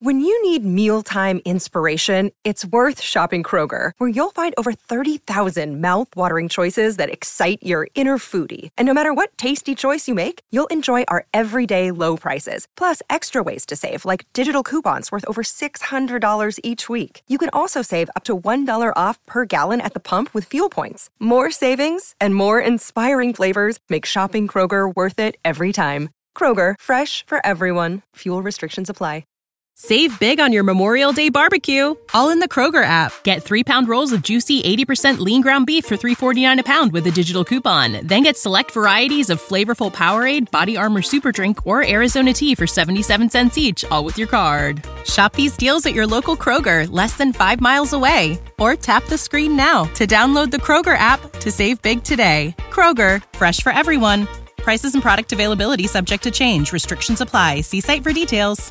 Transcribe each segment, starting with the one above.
When you need mealtime inspiration, it's worth shopping Kroger, where you'll find over 30,000 mouth-watering choices that excite your inner foodie. And no matter what tasty choice you make, you'll enjoy our everyday low prices, plus extra ways to save, like digital coupons worth over $600 each week. You can also save up to $1 off per gallon at the pump with fuel points. More savings and more inspiring flavors make shopping Kroger worth it every time. Kroger, fresh for everyone. Fuel restrictions apply. Save big on your Memorial Day barbecue, all in the Kroger app. Get 3-pound rolls of juicy 80% lean ground beef for $3.49 a pound with a digital coupon. Then get select varieties of flavorful Powerade, Body Armor Super Drink, or Arizona tea for 77 cents each, all with your card. Shop these deals at your local Kroger, less than 5 miles away. Or tap the screen now to download the Kroger app to save big today. Kroger, fresh for everyone. Prices and product availability subject to change. Restrictions apply. See site for details.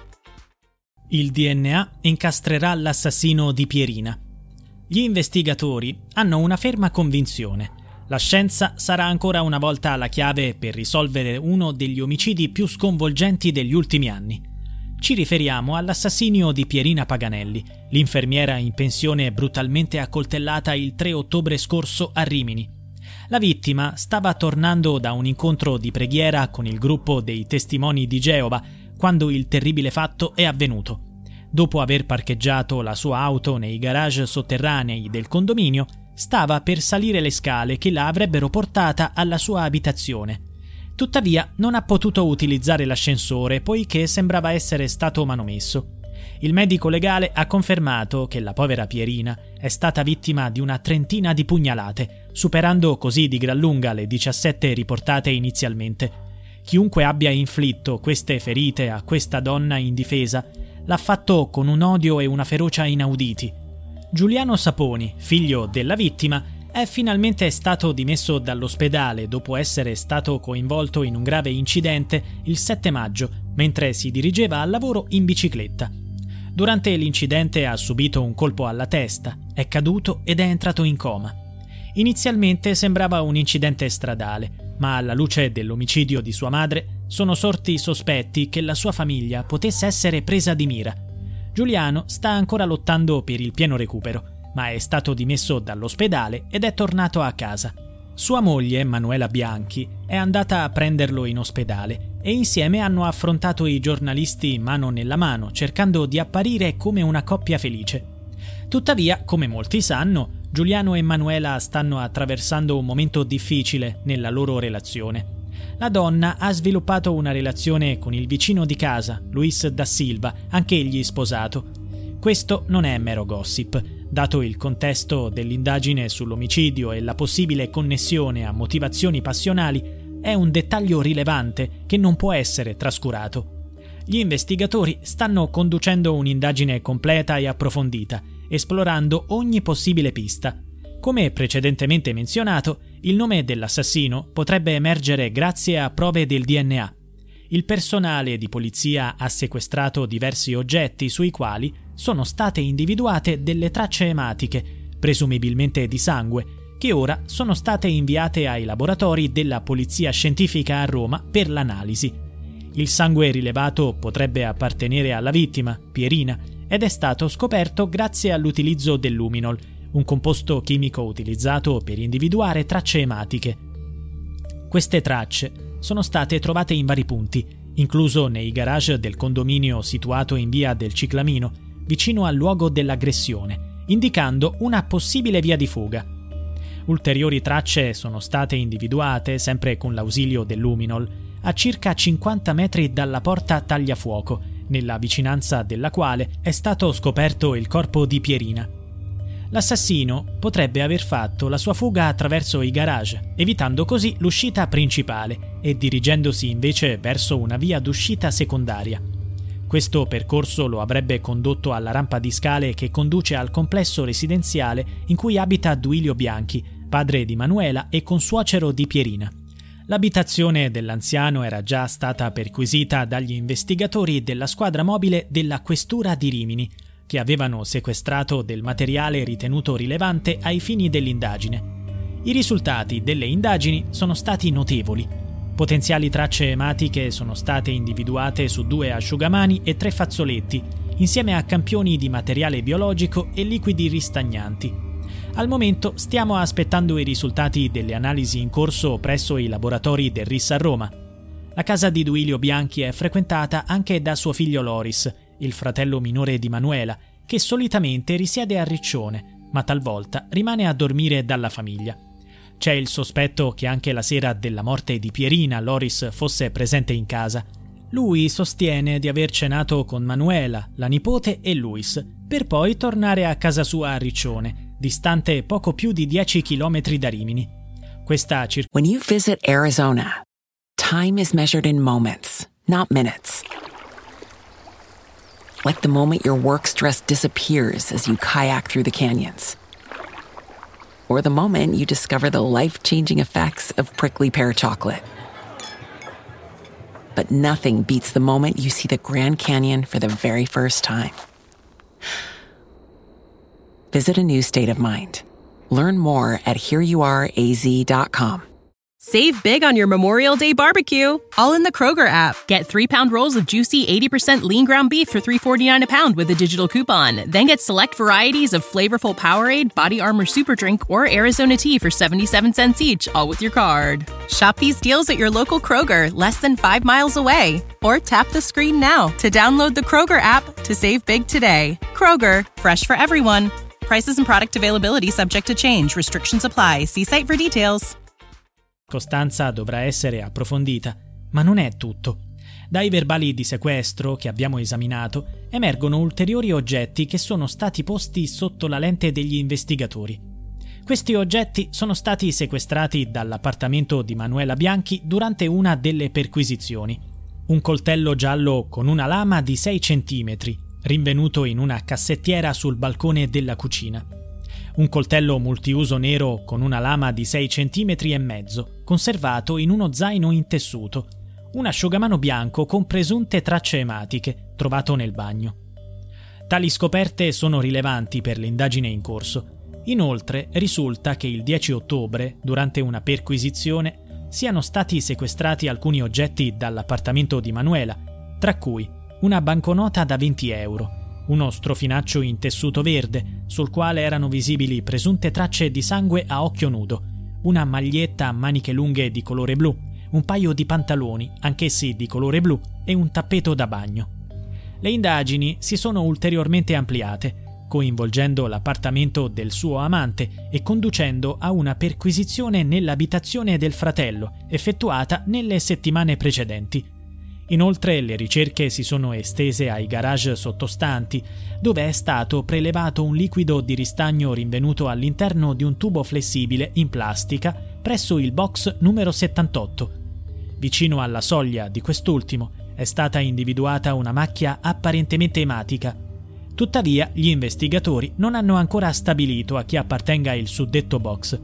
Il DNA incastrerà l'assassino di Pierina. Gli investigatori hanno una ferma convinzione: la scienza sarà ancora una volta la chiave per risolvere uno degli omicidi più sconvolgenti degli ultimi anni. Ci riferiamo all'assassinio di Pierina Paganelli, l'infermiera in pensione brutalmente accoltellata il 3 ottobre scorso a Rimini. La vittima stava tornando da un incontro di preghiera con il gruppo dei Testimoni di Geova quando il terribile fatto è avvenuto. Dopo aver parcheggiato la sua auto nei garage sotterranei del condominio, stava per salire le scale che la avrebbero portata alla sua abitazione. Tuttavia non ha potuto utilizzare l'ascensore poiché sembrava essere stato manomesso. Il medico legale ha confermato che la povera Pierina è stata vittima di una trentina di pugnalate, superando così di gran lunga le 17 riportate inizialmente. Chiunque abbia inflitto queste ferite a questa donna indifesa l'ha fatto con un odio e una ferocia inauditi. Giuliano Saponi, figlio della vittima, è finalmente stato dimesso dall'ospedale dopo essere stato coinvolto in un grave incidente il 7 maggio mentre si dirigeva al lavoro in bicicletta. Durante l'incidente ha subito un colpo alla testa, è caduto ed è entrato in coma. Inizialmente sembrava un incidente stradale, ma alla luce dell'omicidio di sua madre sono sorti sospetti che la sua famiglia potesse essere presa di mira. Giuliano sta ancora lottando per il pieno recupero, ma è stato dimesso dall'ospedale ed è tornato a casa. Sua moglie, Manuela Bianchi, è andata a prenderlo in ospedale e insieme hanno affrontato i giornalisti mano nella mano, cercando di apparire come una coppia felice. Tuttavia, come molti sanno, Giuliano e Manuela stanno attraversando un momento difficile nella loro relazione. La donna ha sviluppato una relazione con il vicino di casa, Luis da Silva, anch'egli sposato. Questo non è mero gossip, dato il contesto dell'indagine sull'omicidio e la possibile connessione a motivazioni passionali, è un dettaglio rilevante che non può essere trascurato. Gli investigatori stanno conducendo un'indagine completa e approfondita, esplorando ogni possibile pista. Come precedentemente menzionato, il nome dell'assassino potrebbe emergere grazie a prove del DNA. Il personale di polizia ha sequestrato diversi oggetti sui quali sono state individuate delle tracce ematiche, presumibilmente di sangue, che ora sono state inviate ai laboratori della Polizia Scientifica a Roma per l'analisi. Il sangue rilevato potrebbe appartenere alla vittima, Pierina, ed è stato scoperto grazie all'utilizzo del luminol, un composto chimico utilizzato per individuare tracce ematiche. Queste tracce sono state trovate in vari punti, incluso nei garage del condominio situato in via del Ciclamino, vicino al luogo dell'aggressione, indicando una possibile via di fuga. Ulteriori tracce sono state individuate, sempre con l'ausilio del luminol, a circa 50 metri dalla porta tagliafuoco, nella vicinanza della quale è stato scoperto il corpo di Pierina. L'assassino potrebbe aver fatto la sua fuga attraverso i garage, evitando così l'uscita principale e dirigendosi invece verso una via d'uscita secondaria. Questo percorso lo avrebbe condotto alla rampa di scale che conduce al complesso residenziale in cui abita Duilio Bianchi, padre di Manuela e consuocero di Pierina. L'abitazione dell'anziano era già stata perquisita dagli investigatori della squadra mobile della Questura di Rimini, che avevano sequestrato del materiale ritenuto rilevante ai fini dell'indagine. I risultati delle indagini sono stati notevoli. Potenziali tracce ematiche sono state individuate su 2 asciugamani e 3 fazzoletti, insieme a campioni di materiale biologico e liquidi ristagnanti. Al momento stiamo aspettando i risultati delle analisi in corso presso i laboratori del RIS a Roma. La casa di Duilio Bianchi è frequentata anche da suo figlio Loris, il fratello minore di Manuela, che solitamente risiede a Riccione, ma talvolta rimane a dormire dalla famiglia. C'è il sospetto che anche la sera della morte di Pierina Loris fosse presente in casa. Lui sostiene di aver cenato con Manuela, la nipote e Luis, per poi tornare a casa sua a Riccione, distante poco più di 10 km da Rimini. When you visit Arizona, time is measured in moments, not minutes. Like the moment your work stress disappears as you kayak through the canyons. Or the moment you discover the life-changing effects of prickly pear chocolate. But nothing beats the moment you see the Grand Canyon for the very first time. Visit a new state of mind. Learn more at hereyouareaz.com. Save big on your Memorial Day barbecue, all in the Kroger app. Get 3-pound rolls of juicy 80% lean ground beef for $3.49 a pound with a digital coupon. Then get select varieties of flavorful Powerade, Body Armor Super Drink, or Arizona tea for 77 cents each, all with your card. Shop these deals at your local Kroger, less than 5 miles away. Or tap the screen now to download the Kroger app to save big today. Kroger, fresh for everyone. Prices and product availability subject to change. Restrictions apply. See site for details. Costanza dovrà essere approfondita, ma non è tutto. Dai verbali di sequestro che abbiamo esaminato emergono ulteriori oggetti che sono stati posti sotto la lente degli investigatori. Questi oggetti sono stati sequestrati dall'appartamento di Manuela Bianchi durante una delle perquisizioni. Un coltello giallo con una lama di 6 cm, rinvenuto in una cassettiera sul balcone della cucina. Un coltello multiuso nero con una lama di 6 cm e mezzo, conservato in uno zaino in tessuto. Un asciugamano bianco con presunte tracce ematiche, trovato nel bagno. Tali scoperte sono rilevanti per l'indagine in corso. Inoltre risulta che il 10 ottobre, durante una perquisizione, siano stati sequestrati alcuni oggetti dall'appartamento di Manuela, tra cui una banconota da 20 euro, uno strofinaccio in tessuto verde, sul quale erano visibili presunte tracce di sangue a occhio nudo, una maglietta a maniche lunghe di colore blu, un paio di pantaloni, anch'essi di colore blu, e un tappeto da bagno. Le indagini si sono ulteriormente ampliate, coinvolgendo l'appartamento del suo amante e conducendo a una perquisizione nell'abitazione del fratello, effettuata nelle settimane precedenti. Inoltre le ricerche si sono estese ai garage sottostanti, dove è stato prelevato un liquido di ristagno rinvenuto all'interno di un tubo flessibile in plastica presso il box numero 78. Vicino alla soglia di quest'ultimo è stata individuata una macchia apparentemente ematica. Tuttavia, gli investigatori non hanno ancora stabilito a chi appartenga il suddetto box.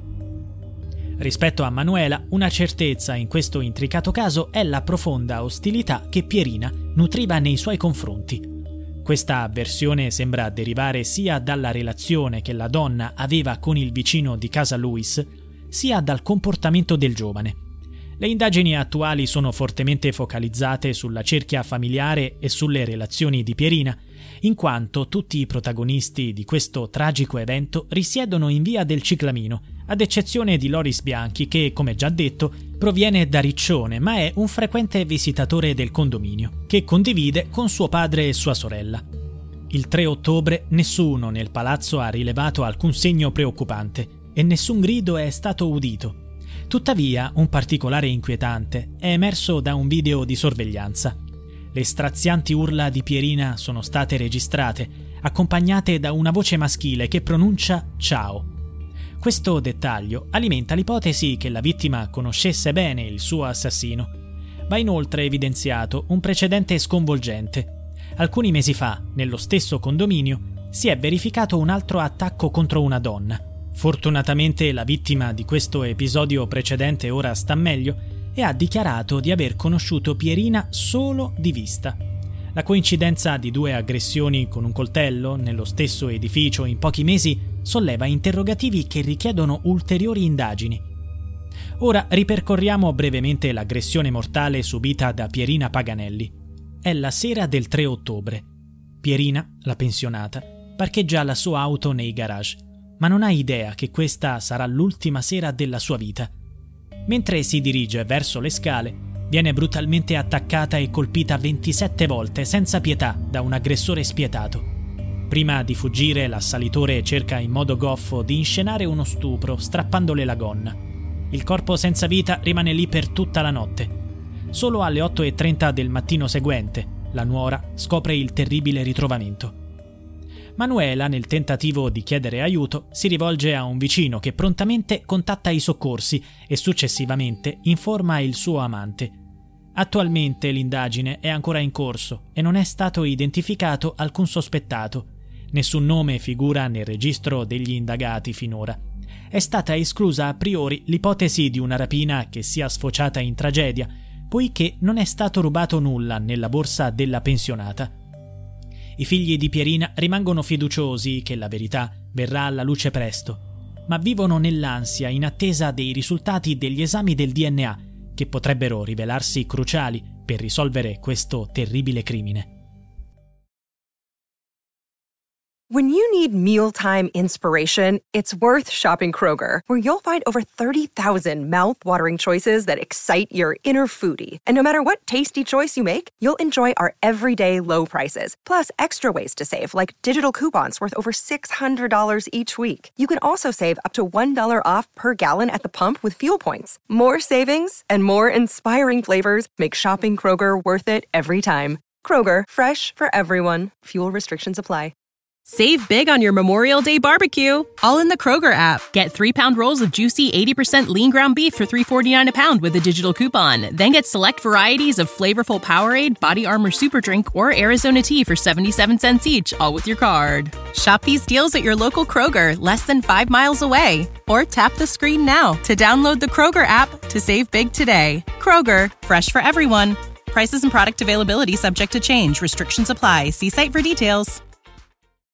Rispetto a Manuela, una certezza in questo intricato caso è la profonda ostilità che Pierina nutriva nei suoi confronti. Questa avversione sembra derivare sia dalla relazione che la donna aveva con il vicino di casa Luis, sia dal comportamento del giovane. Le indagini attuali sono fortemente focalizzate sulla cerchia familiare e sulle relazioni di Pierina, in quanto tutti i protagonisti di questo tragico evento risiedono in via del Ciclamino, ad eccezione di Loris Bianchi che, come già detto, proviene da Riccione ma è un frequente visitatore del condominio, che condivide con suo padre e sua sorella. Il 3 ottobre nessuno nel palazzo ha rilevato alcun segno preoccupante e nessun grido è stato udito. Tuttavia, un particolare inquietante è emerso da un video di sorveglianza. Le strazianti urla di Pierina sono state registrate, accompagnate da una voce maschile che pronuncia "ciao". Questo dettaglio alimenta l'ipotesi che la vittima conoscesse bene il suo assassino. Va inoltre evidenziato un precedente sconvolgente. Alcuni mesi fa, nello stesso condominio, si è verificato un altro attacco contro una donna. Fortunatamente la vittima di questo episodio precedente ora sta meglio e ha dichiarato di aver conosciuto Pierina solo di vista. La coincidenza di 2 aggressioni con un coltello nello stesso edificio in pochi mesi solleva interrogativi che richiedono ulteriori indagini. Ora ripercorriamo brevemente l'aggressione mortale subita da Pierina Paganelli. È la sera del 3 ottobre. Pierina, la pensionata, parcheggia la sua auto nei garage, ma non ha idea che questa sarà l'ultima sera della sua vita. Mentre si dirige verso le scale, viene brutalmente attaccata e colpita 27 volte senza pietà da un aggressore spietato. Prima di fuggire, l'assalitore cerca in modo goffo di inscenare uno stupro, strappandole la gonna. Il corpo senza vita rimane lì per tutta la notte. Solo alle 8:30 del mattino seguente, la nuora scopre il terribile ritrovamento. Manuela, nel tentativo di chiedere aiuto, si rivolge a un vicino che prontamente contatta i soccorsi e successivamente informa il suo amante. Attualmente l'indagine è ancora in corso e non è stato identificato alcun sospettato. Nessun nome figura nel registro degli indagati finora. È stata esclusa a priori l'ipotesi di una rapina che sia sfociata in tragedia, poiché non è stato rubato nulla nella borsa della pensionata. I figli di Pierina rimangono fiduciosi che la verità verrà alla luce presto, ma vivono nell'ansia in attesa dei risultati degli esami del DNA che potrebbero rivelarsi cruciali per risolvere questo terribile crimine. When you need mealtime inspiration, it's worth shopping Kroger, where you'll find over 30,000 mouth-watering choices that excite your inner foodie. And no matter what tasty choice you make, you'll enjoy our everyday low prices, plus extra ways to save, like digital coupons worth over $600 each week. You can also save up to $1 off per gallon at the pump with fuel points. More savings and more inspiring flavors make shopping Kroger worth it every time. Kroger, fresh for everyone. Fuel restrictions apply. Save big on your Memorial Day barbecue, all in the Kroger app. Get 3-pound rolls of juicy 80% lean ground beef for $3.49 a pound with a digital coupon. Then get select varieties of flavorful Powerade, Body Armor Super Drink, or Arizona tea for 77 cents each, all with your card. Shop these deals at your local Kroger, less than 5 miles away. Or tap the screen now to download the Kroger app to save big today. Kroger, fresh for everyone. Prices and product availability subject to change. Restrictions apply. See site for details.